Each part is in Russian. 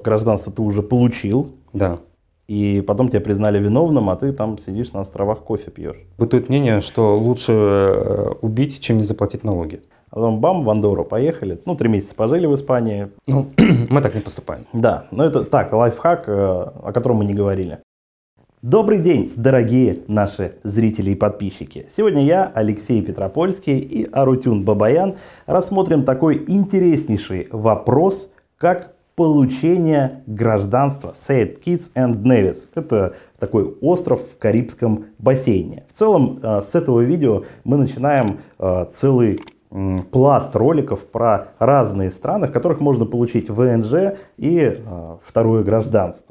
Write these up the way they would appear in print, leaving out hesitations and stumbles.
гражданство ты уже получил. Да. И потом тебя признали виновным, а ты там сидишь на островах, кофе пьешь. Бытует мнение, что лучше убить, чем не заплатить налоги. А потом бам, в Андорру поехали. 3 месяца пожили в Испании. Ну, мы так не поступаем. Да, но это так, лайфхак, о котором мы не говорили. Добрый день, дорогие наши зрители и подписчики. Сегодня я, Алексей Петропольский и Арутюн Бабаян рассмотрим такой интереснейший вопрос, как получение гражданства Saint Kitts and Nevis. Это такой остров в Карибском бассейне. В целом, с этого видео мы начинаем целый пласт роликов про разные страны, в которых можно получить ВНЖ и второе гражданство.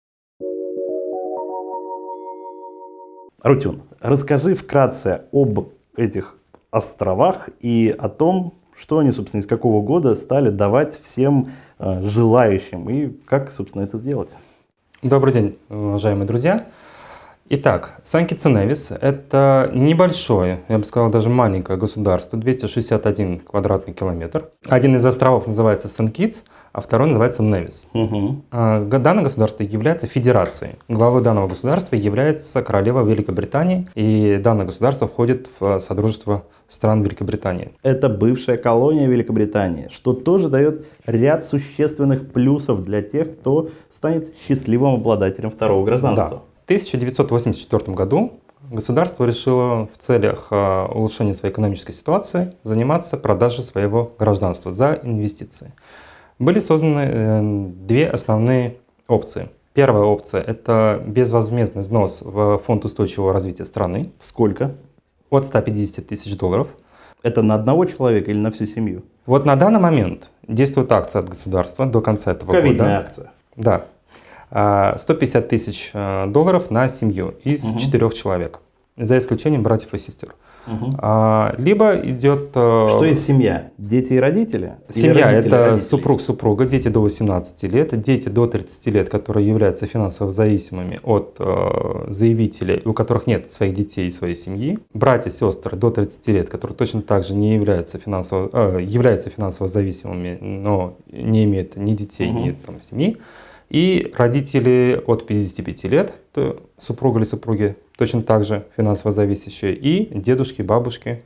Арутюн, расскажи вкратце об этих островах и о том, что они, собственно, из какого года стали давать всем желающим и как, собственно, это сделать. Добрый день, уважаемые друзья. Итак, Saint Kitts and Nevis — это небольшое, я бы сказал, даже маленькое государство, 261 квадратный километр. Один из островов называется Сент-Китс, а второй называется Невис. Данное государство является федерацией. Главой данного государства является королева Великобритании, и данное государство входит в Содружество стран Великобритании. Это бывшая колония Великобритании, что тоже дает ряд существенных плюсов для тех, кто станет счастливым обладателем второго гражданства. Да. В 1984 году государство решило в целях улучшения своей экономической ситуации заниматься продажей своего гражданства за инвестиции. Были созданы две основные опции. Первая опция – это безвозмездный взнос в фонд устойчивого развития страны. Сколько? От 150 тысяч долларов. Это на одного человека или на всю семью? Вот на данный момент действует акция от государства до конца этого года. Ковидная акция. Да. 150 тысяч долларов на семью из 4 человек, за исключением братьев и сестер. Либо идет... Что есть семья? Дети и родители? Семья – это супруг, супруга, дети до 18 лет, дети до 30 лет, которые являются финансово зависимыми от заявителей, у которых нет своих детей и своей семьи, братья и сестры до 30 лет, которые точно так же не являются финансово зависимыми, но не имеют ни детей, ни семьи. И родители от 55 лет, то супруга или супруги, точно так же финансово зависящие, и дедушки, бабушки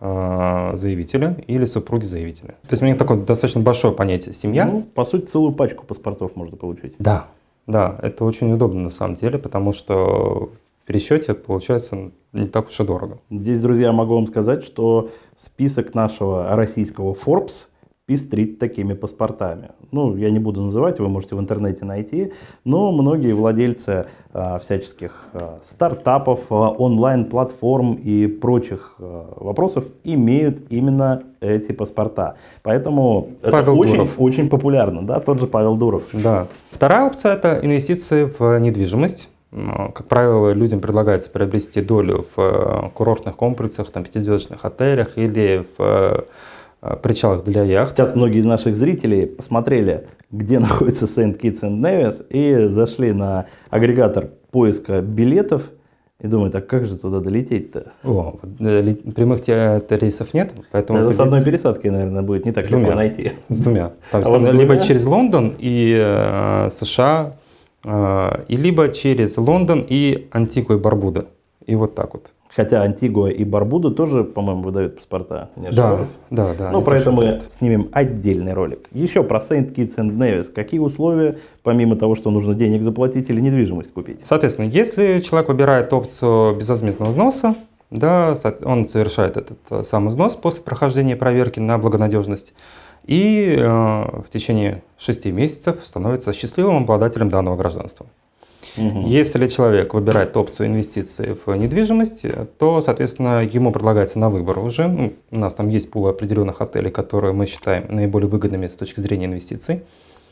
заявителя или супруги заявителя. То есть у меня такое достаточно большое понятие семья. Ну, по сути, целую пачку паспортов можно получить. Да, да, это очень удобно на самом деле, потому что в пересчете получается не так уж и дорого. Здесь, друзья, могу вам сказать, что список нашего российского Forbes пестрит такими паспортами. Я не буду называть, вы можете в интернете найти, но многие владельцы всяческих стартапов, онлайн-платформ и прочих вопросов имеют именно эти паспорта. Поэтому это очень популярно, да, тот же Павел Дуров. Да. Вторая опция – это инвестиции в недвижимость. Как правило, людям предлагается приобрести долю в курортных комплексах, пятизвездочных отелях или в причалах для яхт. Сейчас многие из наших зрителей посмотрели, где находится Saint Kitts and Nevis, и зашли на агрегатор поиска билетов и думают, а как же туда долететь-то? Прямых рейсов нет, поэтому даже с одной пересадкой, наверное, будет не так легко найти. С двумя. Либо через Лондон и США, и либо через Лондон и Антигуа и Барбуда. И вот так вот. Хотя Антигуа и Барбуда тоже, по-моему, выдают паспорта. Не ошибаюсь? Да. Про это мы снимем отдельный ролик. Еще про Saint Kitts and Nevis. Какие условия, помимо того, что нужно денег заплатить или недвижимость купить? Соответственно, если человек выбирает опцию безвозмездного взноса, да, он совершает этот самый взнос после прохождения проверки на благонадежность и в течение 6 месяцев становится счастливым обладателем данного гражданства. Если человек выбирает опцию инвестиций в недвижимость, то, соответственно, ему предлагается на выбор уже. У нас там есть пул определенных отелей, которые мы считаем наиболее выгодными с точки зрения инвестиций.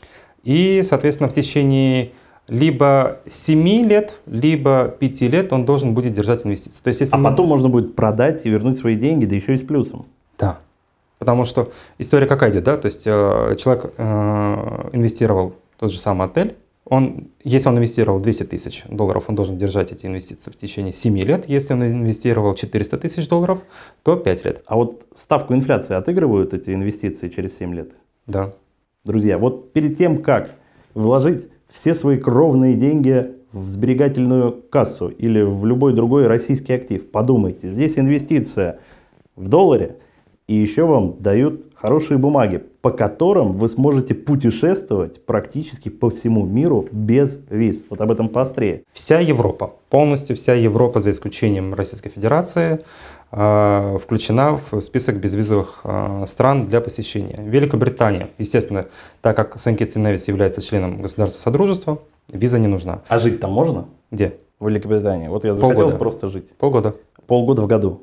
И, соответственно, в течение либо 7 лет, либо 5 лет он должен будет держать инвестиции. То есть, если потом можно будет продать и вернуть свои деньги, да еще и с плюсом. Да. Потому что история какая идет, да? То есть человек инвестировал в тот же самый отель. Если он инвестировал 200 тысяч долларов, он должен держать эти инвестиции в течение 7 лет. Если он инвестировал 400 тысяч долларов, то 5 лет. А вот ставку инфляции отыгрывают эти инвестиции через 7 лет? Да. Друзья, вот перед тем, как вложить все свои кровные деньги в сберегательную кассу или в любой другой российский актив. Подумайте, здесь инвестиция в долларе, и еще вам дают хорошие бумаги, по которым вы сможете путешествовать практически по всему миру без виз. Вот об этом поострее. Вся Европа, полностью вся Европа, за исключением Российской Федерации, включена в список безвизовых стран для посещения. Великобритания, естественно, так как Сент-Китс и Невис является членом государства Содружества, виза не нужна. А жить там можно? Где? В Великобритании. Вот я захотел Полгода. просто жить. Полгода. Полгода в году.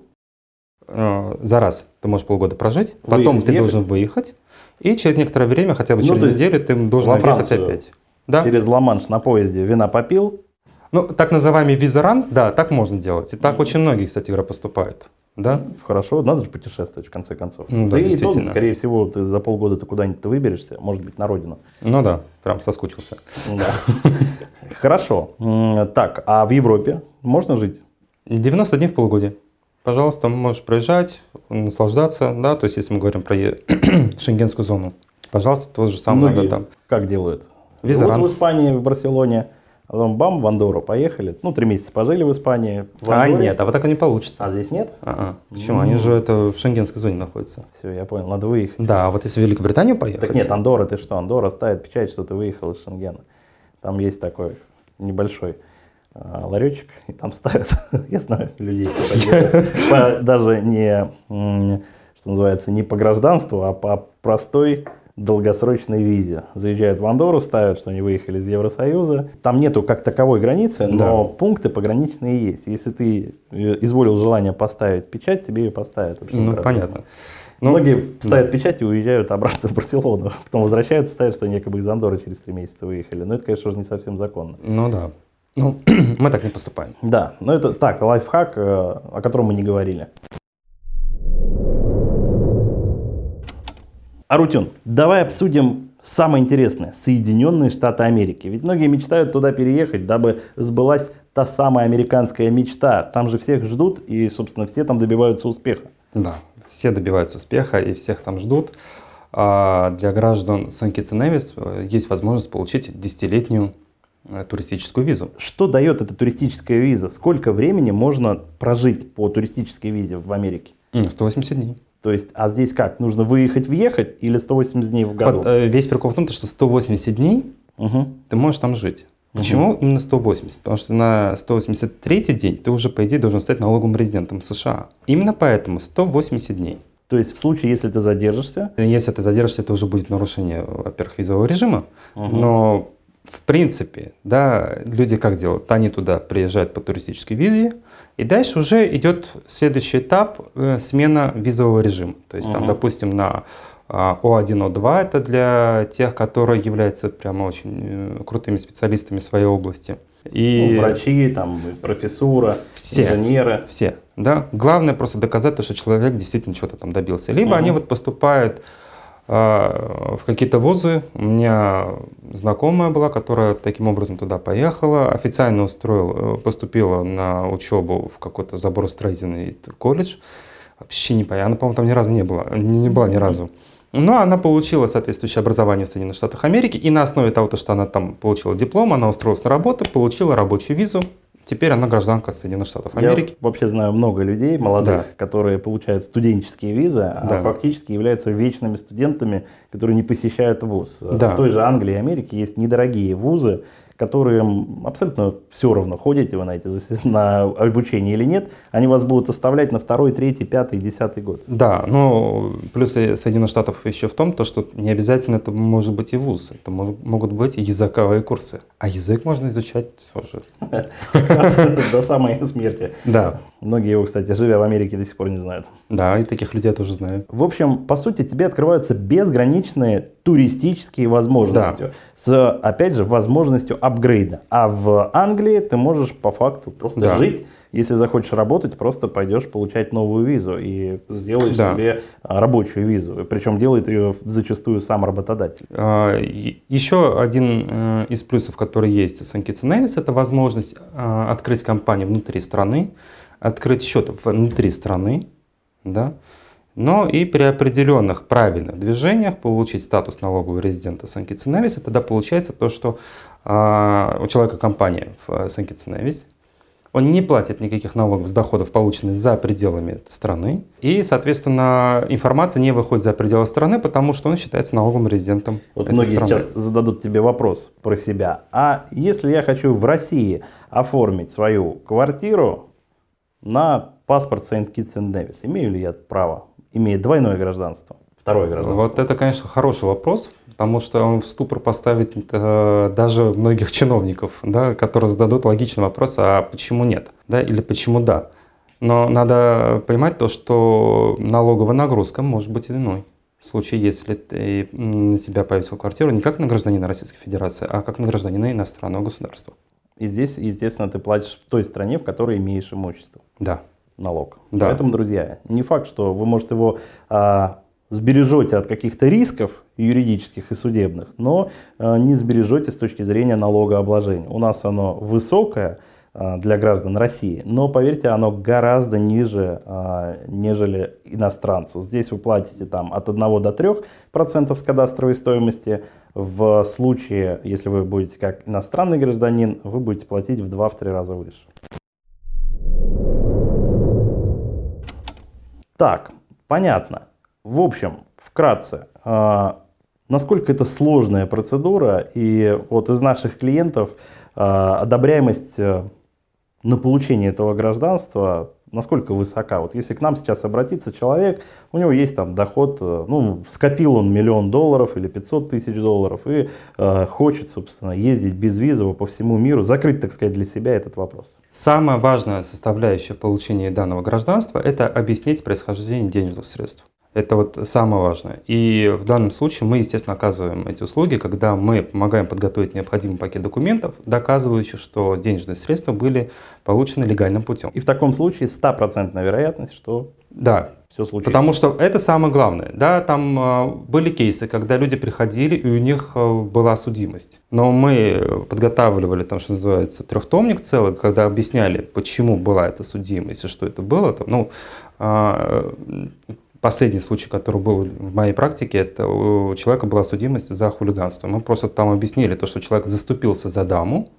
За раз ты можешь полгода прожить, потом Выехать, ты должен выехать, и через некоторое время, хотя бы Ну, через то есть неделю, ты должен во въехать Францию опять. Да? Через Ла-Манш на поезде вина попил. Ну, так называемый визаран, да, так можно делать. И так очень многие, кстати говоря, поступают. Да? Хорошо, надо же путешествовать в конце концов. Ну, да да, и то, действительно. скорее всего, ты за полгода куда-нибудь выберешься, может быть, на родину. Ну да, прям соскучился. Да. Хорошо. Так, а в Европе можно жить? 90 дней в полугодие. Пожалуйста, можешь проезжать, наслаждаться, да, то есть если мы говорим про шенгенскую зону, пожалуйста, то же самое Многие там. как делают? Визаран. Вот в Испании, в Барселоне, а потом бам, в Андорру поехали. Ну, 3 месяца пожили в Испании. В А Андорре. нет, а вот так не получится. А здесь нет? Почему? Они же это в шенгенской зоне находятся. Все, я понял, надо выехать. Да, а вот если в Великобританию поехать. Так нет, Андорра, ты что? Андорра ставит печать, что ты выехал из Шенгена. Там есть такой небольшой ларечек, и там ставят, я знаю, людей, даже не, что называется, не по гражданству, а по простой долгосрочной визе. Заезжают в Андорру, ставят, что они выехали из Евросоюза. Там нету как таковой границы, но пункты пограничные есть. Если ты изволил желание поставить печать, тебе ее поставят. Ну, понятно. Многие ставят печать и уезжают обратно в Барселону. Потом возвращаются, ставят, что они якобы из Андорры через 3 месяца выехали. Но это, конечно, уже не совсем законно. Ну да. Ну, мы так не поступаем. Да, но это так, лайфхак, о котором мы не говорили. Арутюн, давай обсудим самое интересное – Соединенные Штаты Америки. Ведь многие мечтают туда переехать, дабы сбылась та самая американская мечта. Там же всех ждут, и, собственно, все там добиваются успеха. Да, все добиваются успеха, и всех там ждут. Для граждан Сент-Китс и Невис есть возможность получить 10-летнюю туристическую визу. Что дает эта туристическая виза? Сколько времени можно прожить по туристической визе в Америке? 180 дней. То есть, а здесь как? Нужно выехать, въехать или 180 дней в году? Вот, весь прикол в том, что 180 дней ты можешь там жить. Почему именно 180? Потому что на 183-й день ты уже, по идее, должен стать налоговым резидентом США. Именно поэтому 180 дней. То есть, в случае, если ты задержишься? Если ты задержишься, это уже будет нарушение, во-первых, визового режима. Но в принципе, да, люди как делают? Они туда приезжают по туристической визе, и дальше уже идет следующий этап смена визового режима. То есть, там, допустим, на О1, О2 это для тех, которые являются прямо очень крутыми специалистами в своей области. И врачи, там, профессура, инженеры. Все, да. Главное просто доказать то, что человек действительно чего-то там добился. Либо они вот поступают в какие-то вузы. У меня знакомая была, которая таким образом туда поехала, официально поступила на учебу в какой-то заборостроительный колледж. Вообще не понятно, она, по-моему, там ни разу не была ни разу. Но она получила соответствующее образование в Соединенных Штатах Америки, и на основе того, что она там получила диплом, она устроилась на работу, получила рабочую визу. Теперь она гражданка Соединенных Штатов Америки. Я вообще знаю много людей, молодых, которые получают студенческие визы, а фактически являются вечными студентами, которые не посещают вуз. В той же Англии и Америке есть недорогие вузы, которым абсолютно все равно, ходите вы на обучение или нет, они вас будут оставлять на 2-й, 3-й, 5-й, 10-й год. Да, но плюс Соединенных Штатов еще в том, что не обязательно это может быть и вуз, это могут быть и языковые курсы. А язык можно изучать тоже. До самой смерти. Да. Многие его, кстати, живя в Америке, до сих пор не знают. Да, и таких людей я тоже знаю. В общем, по сути, тебе открываются безграничные туристические возможности. С, опять же, возможностью апгрейда. А в Англии ты можешь по факту просто жить. Если захочешь работать, просто пойдешь получать новую визу и сделаешь себе рабочую визу. Причем делает ее зачастую сам работодатель. Еще один из плюсов, который есть у Сент-Китс и Невис, это возможность открыть компанию внутри страны, открыть счет внутри страны, да, Но и при определенных правильных движениях получить статус налогового резидента Сан-Китс-и-Невис, и тогда получается то, что у человека компания в Сан-Китс-и-Невис, он не платит никаких налогов с доходов, полученных за пределами страны, и, соответственно, информация не выходит за пределы страны, потому что он считается налоговым резидентом этой многие страны. сейчас зададут тебе вопрос про себя. А если я хочу в России оформить свою квартиру на паспорт Сент-Китс-энд-Невис, имею ли я право? Имеет двойное гражданство, второе гражданство? Вот это, конечно, хороший вопрос, потому что он в ступор поставит даже многих чиновников, да, которые зададут логичный вопрос, а почему нет, да, или почему да. Но надо понимать то, что налоговая нагрузка может быть иной. В случае, если ты на себя повесил квартиру не как на гражданина Российской Федерации, а как на гражданина иностранного государства. И здесь, естественно, ты платишь в той стране, в которой имеешь имущество. Да. Налог. Да. Поэтому, друзья, не факт, что вы, может, его сбережете от каких-то рисков юридических и судебных, но не сбережете с точки зрения налогообложения. У нас оно высокое для граждан России, но, поверьте, оно гораздо ниже, нежели иностранцу. Здесь вы платите там, от 1 до 3% с кадастровой стоимости. В случае, если вы будете как иностранный гражданин, вы будете платить в 2-3 раза выше. Так, понятно. В общем, вкратце, насколько это сложная процедура, и вот из наших клиентов одобряемость на получение этого гражданства насколько высока? Вот если к нам сейчас обратится человек, у него есть там доход, ну, скопил он $1 миллион или 500 тысяч долларов и хочет, собственно, ездить безвизово по всему миру, закрыть, так сказать, для себя этот вопрос. Самая важная составляющая в получении данного гражданства – это объяснить происхождение денежных средств. Это вот самое важное. И в данном случае мы, естественно, оказываем эти услуги, когда мы помогаем подготовить необходимый пакет документов, доказывающих, что денежные средства были получены легальным путем. И в таком случае 100% вероятность, что да, все случится. Потому что это самое главное. Да, там были кейсы, когда люди приходили, и у них была судимость. Но мы подготавливали, там, что называется, трехтомник целый, когда объясняли, почему была эта судимость и что это было. Последний случай, который был в моей практике, это у человека была судимость за хулиганство. Мы просто там объяснили то, что человек заступился за даму,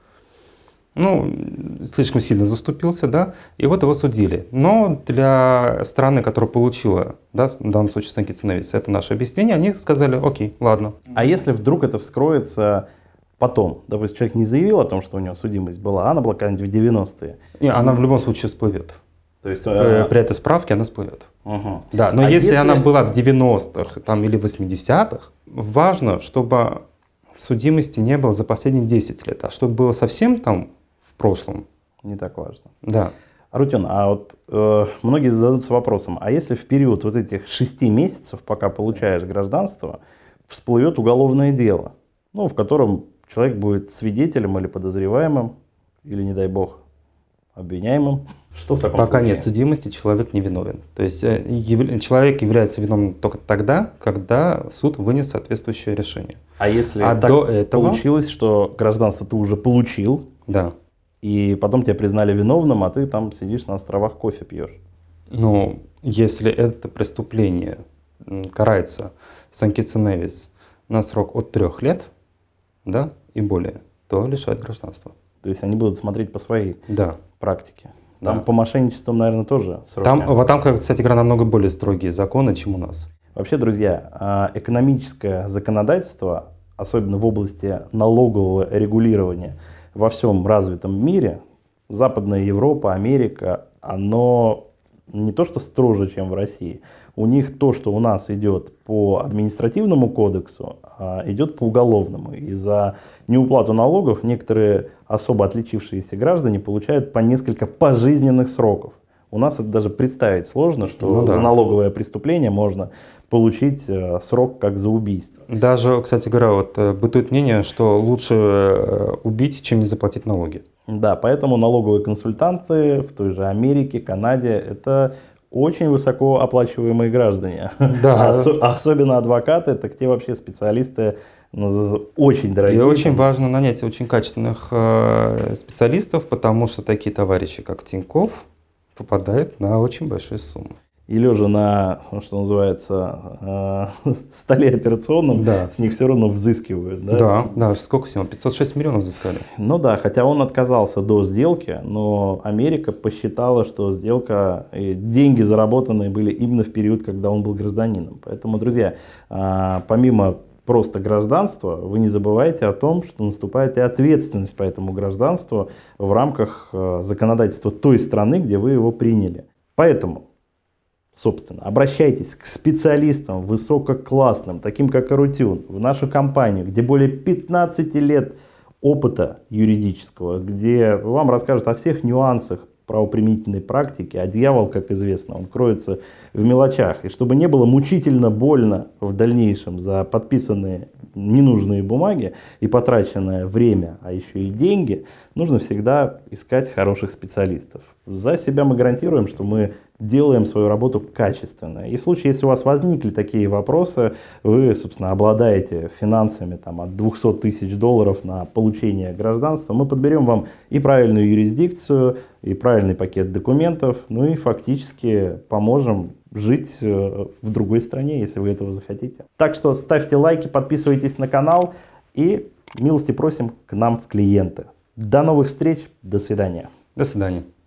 слишком сильно заступился, да, и вот его судили. Но для страны, которая получила, да, в данном случае Сан-Китс-и-Невис, это наше объяснение, они сказали, окей, ладно. А если вдруг это вскроется потом? Допустим, человек не заявил о том, что у него судимость была, она была когда-нибудь в 90-е. И она в любом случае всплывет. То есть, при этой справке она всплывет. Угу. Да, но если она была в 90-х там, или 80-х, важно, чтобы судимости не было за последние 10 лет, а чтобы было совсем там в прошлом. Не так важно. Да. Арутюн, а вот многие зададутся вопросом, а если в период вот этих 6 месяцев, пока получаешь гражданство, всплывет уголовное дело, в котором человек будет свидетелем или подозреваемым, или, не дай бог, обвиняемым? Что в таком Пока случае? нет судимости, человек не виновен. То есть человек является виновным только тогда, когда суд вынес соответствующее решение. А если так до этого получилось, что гражданство ты уже получил, да, и потом тебя признали виновным, а ты там сидишь на островах кофе пьешь? Если это преступление карается Сан-Китс-и-Невис на срок от 3 лет, да, и более, то лишают гражданства. То есть они будут смотреть по своей практике? Там Да. по мошенничеству, наверное, тоже сроки. Там, кстати говоря, намного более строгие законы, чем у нас. Вообще, друзья, экономическое законодательство, особенно в области налогового регулирования во всем развитом мире, Западная Европа, Америка, оно не то что строже, чем в России. У них то, что у нас идет по административному кодексу, идет по уголовному. И за неуплату налогов некоторые особо отличившиеся граждане получают по несколько пожизненных сроков. У нас это даже представить сложно, что за налоговое преступление можно получить срок как за убийство. Даже, кстати говоря, бытует мнение, что лучше убить, чем не заплатить налоги. Да, поэтому налоговые консультанты в той же Америке, Канаде – это очень высоко оплачиваемые граждане. Да. Особенно адвокаты, так те вообще специалисты очень дорогие. И очень важно нанять очень качественных специалистов, потому что такие товарищи, как Тинькофф, попадают на очень большие суммы. и лежа на, что называется, столе операционном, с них все равно взыскивают. Да, сколько всего? 506 миллионов взыскали. Ну да, хотя он отказался до сделки, но Америка посчитала, что сделка, и деньги заработанные были именно в период, когда он был гражданином. Поэтому, друзья, помимо просто гражданства, вы не забывайте о том, что наступает и ответственность по этому гражданству в рамках законодательства той страны, где вы его приняли. Поэтому, собственно, обращайтесь к специалистам высококлассным, таким как Арутюн, в нашу компанию, где более 15 лет опыта юридического, где вам расскажут о всех нюансах правоприменительной практики, а дьявол, как известно, он кроется в мелочах. И чтобы не было мучительно больно в дальнейшем за подписанные ненужные бумаги и потраченное время, а еще и деньги, нужно всегда искать хороших специалистов. За себя мы гарантируем, что мы делаем свою работу качественно. И в случае, если у вас возникли такие вопросы, вы, собственно, обладаете финансами от 200 тысяч долларов на получение гражданства, мы подберем вам и правильную юрисдикцию, и правильный пакет документов, ну и фактически поможем жить в другой стране, если вы этого захотите. Так что ставьте лайки, подписывайтесь на канал и милости просим к нам в клиенты. До новых встреч, до свидания. До свидания.